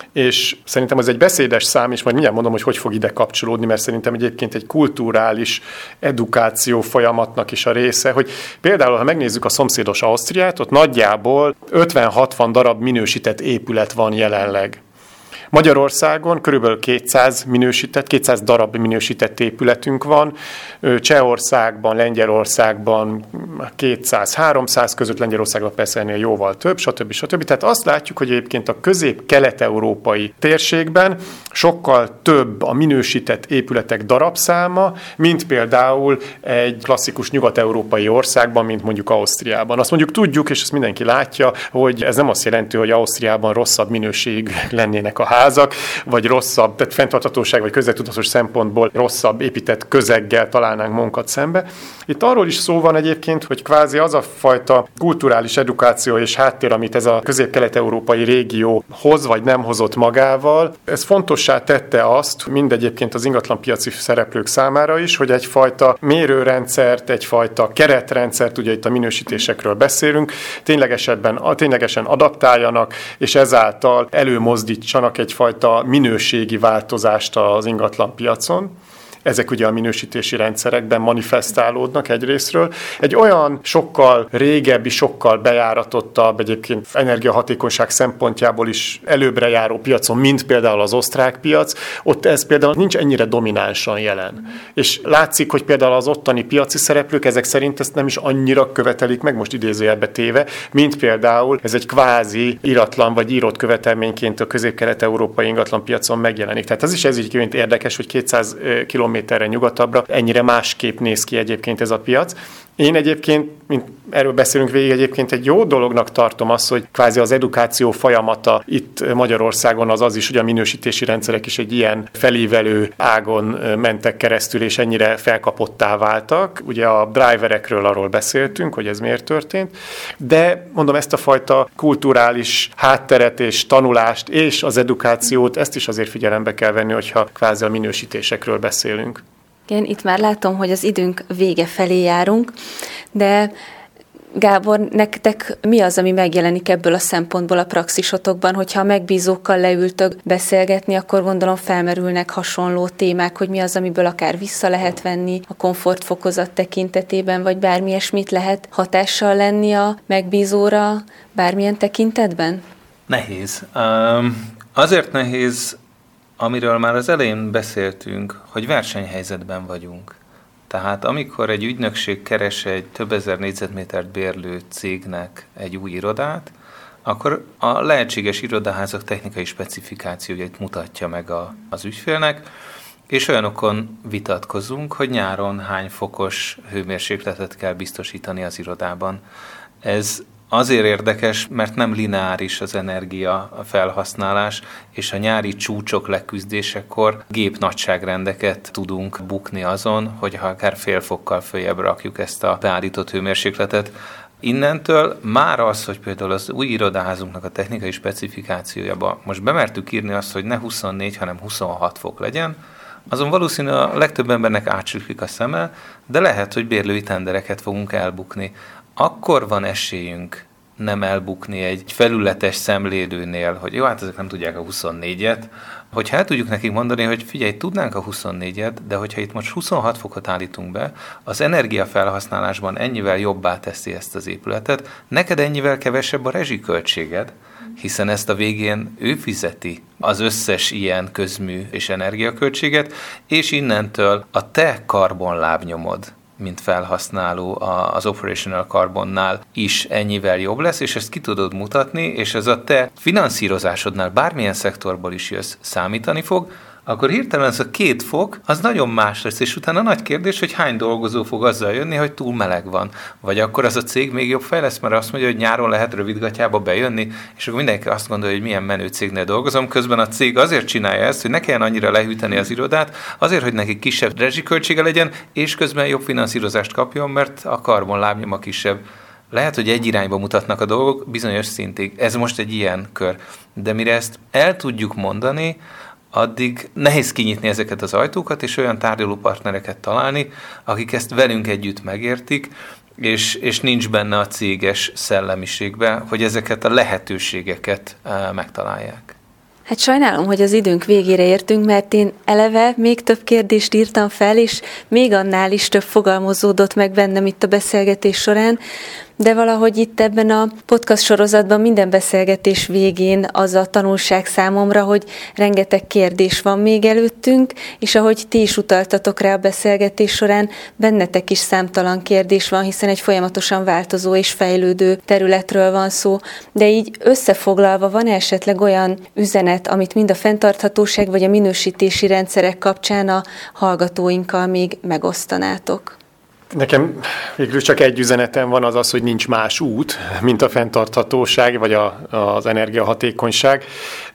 És szerintem az egy beszédes szám, és majd mindjárt mondom, hogy fog ide kapcsolódni, mert szerintem egyébként egy kulturális edukáció folyamatnak is a része, hogy például, ha megnézzük a szomszédos Ausztriát, ott nagyjából 50-60 darab minősített épület van jelenleg. Magyarországon körülbelül 200 darab minősített épületünk van, Csehországban, Lengyelországban 200-300 között, Lengyelországban persze ennél jóval több, stb. Tehát azt látjuk, hogy egyébként a közép-kelet-európai térségben sokkal több a minősített épületek darabszáma, mint például egy klasszikus nyugat-európai országban, mint mondjuk Ausztriában. Azt mondjuk tudjuk, és ezt mindenki látja, hogy ez nem azt jelenti, hogy Ausztriában rosszabb minőség lennének a házak, vagy rosszabb, tehát fenntarthatóság vagy közvettudatos szempontból rosszabb épített közeggel találnánk magunkat szembe. Itt arról is szó van egyébként, hogy kvázi az a fajta kulturális edukáció és háttér, amit ez a közép-kelet-európai régió hoz vagy nem hozott magával, ez fontossá tette azt, mind egyébként az ingatlanpiaci szereplők számára is, hogy egyfajta mérőrendszert, egyfajta keretrendszert, ugye itt a minősítésekről beszélünk, ténylegesen adaptáljanak, és ezáltal előmozdítsanak egyfajta minőségi változást az ingatlanpiacon. Ezek ugye a minősítési rendszerekben manifestálódnak egyrészről. Egy olyan sokkal régebbi, sokkal bejáratottabb, egyébként energiahatékonyság szempontjából is előbbre járó piacon, mint például az osztrák piac, ott ez például nincs ennyire dominánsan jelen. És látszik, hogy például az ottani piaci szereplők ezek szerint ezt nem is annyira követelik meg, most idézőjelbe téve, mint például ez egy kvázi iratlan vagy írott követelményként a közép-kelet-európai ingatlanpiacon megjelenik. Tehát ez is egyébként érdekes, hogy 200 kilométerre nyugatabbra ennyire másképp néz ki egyébként ez a piac. Én egyébként, mint erről beszélünk végig, egyébként egy jó dolognak tartom azt, hogy kvázi az edukáció folyamata itt Magyarországon az is, hogy a minősítési rendszerek is egy ilyen felívelő ágon mentek keresztül, és ennyire felkapottá váltak. Ugye a driverekről arról beszéltünk, hogy ez miért történt, de mondom, ezt a fajta kulturális hátteret és tanulást és az edukációt, ezt is azért figyelembe kell venni, hogyha kvázi a minősítésekről beszélünk. Igen, itt már látom, hogy az időnk vége felé járunk, de Gábor, nektek mi az, ami megjelenik ebből a szempontból a praxisotokban, hogyha a megbízókkal leültök beszélgetni, akkor gondolom felmerülnek hasonló témák, hogy mi az, amiből akár vissza lehet venni a komfortfokozat tekintetében, vagy bármi ilyesmit lehet hatással lenni a megbízóra bármilyen tekintetben? Nehéz. Azért nehéz, amiről már az elején beszéltünk, hogy versenyhelyzetben vagyunk. Tehát amikor egy ügynökség keres egy több ezer négyzetmétert bérlő cégnek egy új irodát, akkor a lehetséges irodaházak technikai specifikációját mutatja meg az ügyfélnek, és olyanokon vitatkozunk, hogy nyáron hány fokos hőmérsékletet kell biztosítani az irodában. Ez azért érdekes, mert nem lineáris az energia felhasználás, és a nyári csúcsok leküzdésekor gépnagyságrendeket tudunk bukni azon, hogy ha akár fél fokkal följebb rakjuk ezt a beállított hőmérsékletet. Innentől már az, hogy például az új irodaházunknak a technikai specifikációjába most bemertük írni azt, hogy ne 24, hanem 26 fok legyen, azon valószínűleg a legtöbb embernek átsülik a szeme, de lehet, hogy bérlői tendereket fogunk elbukni. Akkor van esélyünk nem elbukni egy felületes szemlélőnél, hogy jó, hát ezek nem tudják a 24-et, hogyha el tudjuk nekik mondani, hogy figyelj, tudnánk a 24-et, de hogyha itt most 26 fokot állítunk be, az energiafelhasználásban ennyivel jobbá teszi ezt az épületet, neked ennyivel kevesebb a rezsiköltséged, hiszen ezt a végén ő fizeti az összes ilyen közmű és energiaköltséget, és innentől a te karbonlábnyomod, mint felhasználó az Operational Carbonnál is ennyivel jobb lesz, és ezt ki tudod mutatni, és ez a te finanszírozásodnál bármilyen szektorból is jössz, számítani fog, akkor hirtelen ez a 2 fok, az nagyon más lesz, és utána nagy kérdés, hogy hány dolgozó fog azzal jönni, hogy túl meleg van. Vagy akkor az a cég még jobb fej lesz, mert azt mondja, hogy nyáron lehet rövidgatjába bejönni, és akkor mindenki azt gondolja, hogy milyen menő cégnél dolgozom, közben a cég azért csinálja ezt, hogy ne kelljen annyira lehűteni az irodát, azért, hogy neki kisebb rezsiköltsége legyen, és közben jobb finanszírozást kapjon, mert a karbonlábnyoma kisebb. Lehet, hogy egy irányba mutatnak a dolgok bizonyos szintig. Ez most egy ilyen kör. De mire ezt el tudjuk mondani, addig nehéz kinyitni ezeket az ajtókat, és olyan tárgyalópartnereket találni, akik ezt velünk együtt megértik, és nincs benne a céges szellemiségben, hogy ezeket a lehetőségeket megtalálják. Hát sajnálom, hogy az időnk végére értünk, mert én eleve még több kérdést írtam fel, és még annál is több fogalmazódott meg bennem itt a beszélgetés során, de valahogy itt ebben a podcast sorozatban minden beszélgetés végén az a tanulság számomra, hogy rengeteg kérdés van még előttünk, és ahogy ti is utaltatok rá a beszélgetés során, bennetek is számtalan kérdés van, hiszen egy folyamatosan változó és fejlődő területről van szó. De így összefoglalva van esetleg olyan üzenet, amit mind a fenntarthatóság vagy a minősítési rendszerek kapcsán a hallgatóinkkal még megosztanátok? Nekem végül csak egy üzenetem van, az, hogy nincs más út, mint a fenntarthatóság, vagy az energiahatékonyság.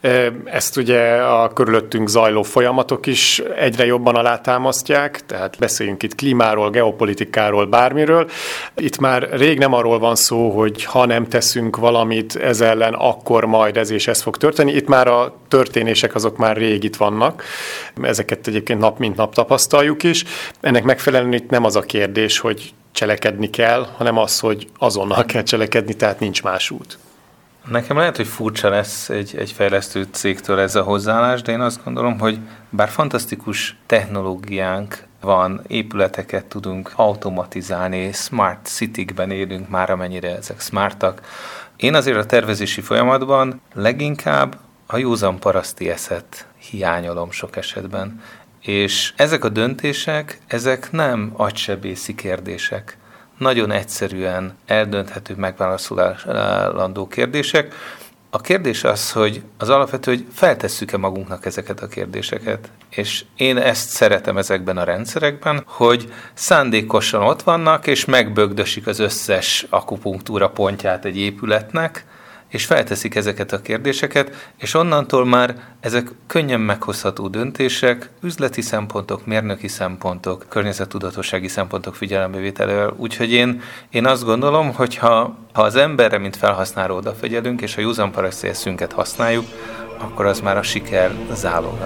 Ezt ugye a körülöttünk zajló folyamatok is egyre jobban alátámasztják, tehát beszéljünk itt klímáról, geopolitikáról, bármiről. Itt már rég nem arról van szó, hogy ha nem teszünk valamit ez ellen, akkor majd ez és ez fog történni. Itt már a történések azok már rég itt vannak. Ezeket egyébként nap mint nap tapasztaljuk is. Ennek megfelelően itt nem az a kérdés, hogy cselekedni kell, hanem az, hogy azonnal kell cselekedni, tehát nincs más út. Nekem lehet, hogy furcsa lesz egy fejlesztő cégtől ez a hozzáállás, de én azt gondolom, hogy bár fantasztikus technológiánk van, épületeket tudunk automatizálni, smart city-kben élünk már, amennyire ezek smartak. Én azért a tervezési folyamatban leginkább a józan paraszti eszet hiányolom sok esetben. És ezek a döntések, ezek nem agysebészi kérdések. Nagyon egyszerűen eldönthető, megválaszolandó kérdések. A kérdés az, hogy az alapvető, hogy feltesszük-e magunknak ezeket a kérdéseket. És én ezt szeretem ezekben a rendszerekben, hogy szándékosan ott vannak, és megbögdösik az összes akupunktúra pontját egy épületnek, és felteszik ezeket a kérdéseket, és onnantól már ezek könnyen meghozható döntések, üzleti szempontok, mérnöki szempontok, környezettudatossági szempontok figyelembevételével. Úgyhogy én azt gondolom, hogy ha az emberre, mint felhasználó odafigyelünk, és a józan paraszti eszünket használjuk, akkor az már a siker záloga.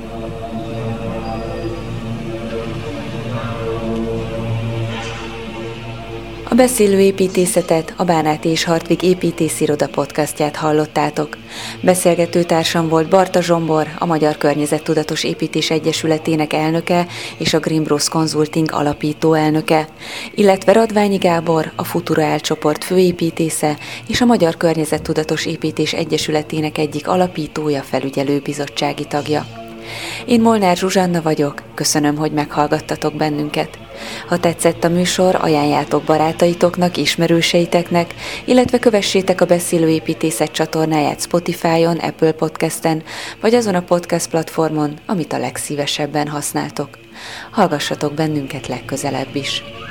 A beszélő építészetet, a Bánáti és Hartvig építésziroda podcastját hallottátok. Beszélgető társam volt Barta Zsombor, a Magyar Környezettudatos Építés Egyesületének elnöke és a Green Bros Consulting alapító elnöke, illetve Radványi Gábor, a Futuraál csoport főépítésze és a Magyar Környezettudatos Építés Egyesületének egyik alapítója, felügyelőbizottsági tagja. Én Molnár Zsuzsanna vagyok, köszönöm, hogy meghallgattatok bennünket. Ha tetszett a műsor, ajánljátok barátaitoknak, ismerőseiteknek, illetve kövessétek a Beszélő Építészet csatornáját Spotify-on, Apple Podcasten, vagy azon a podcast platformon, amit a legszívesebben használtok. Hallgassatok bennünket legközelebb is!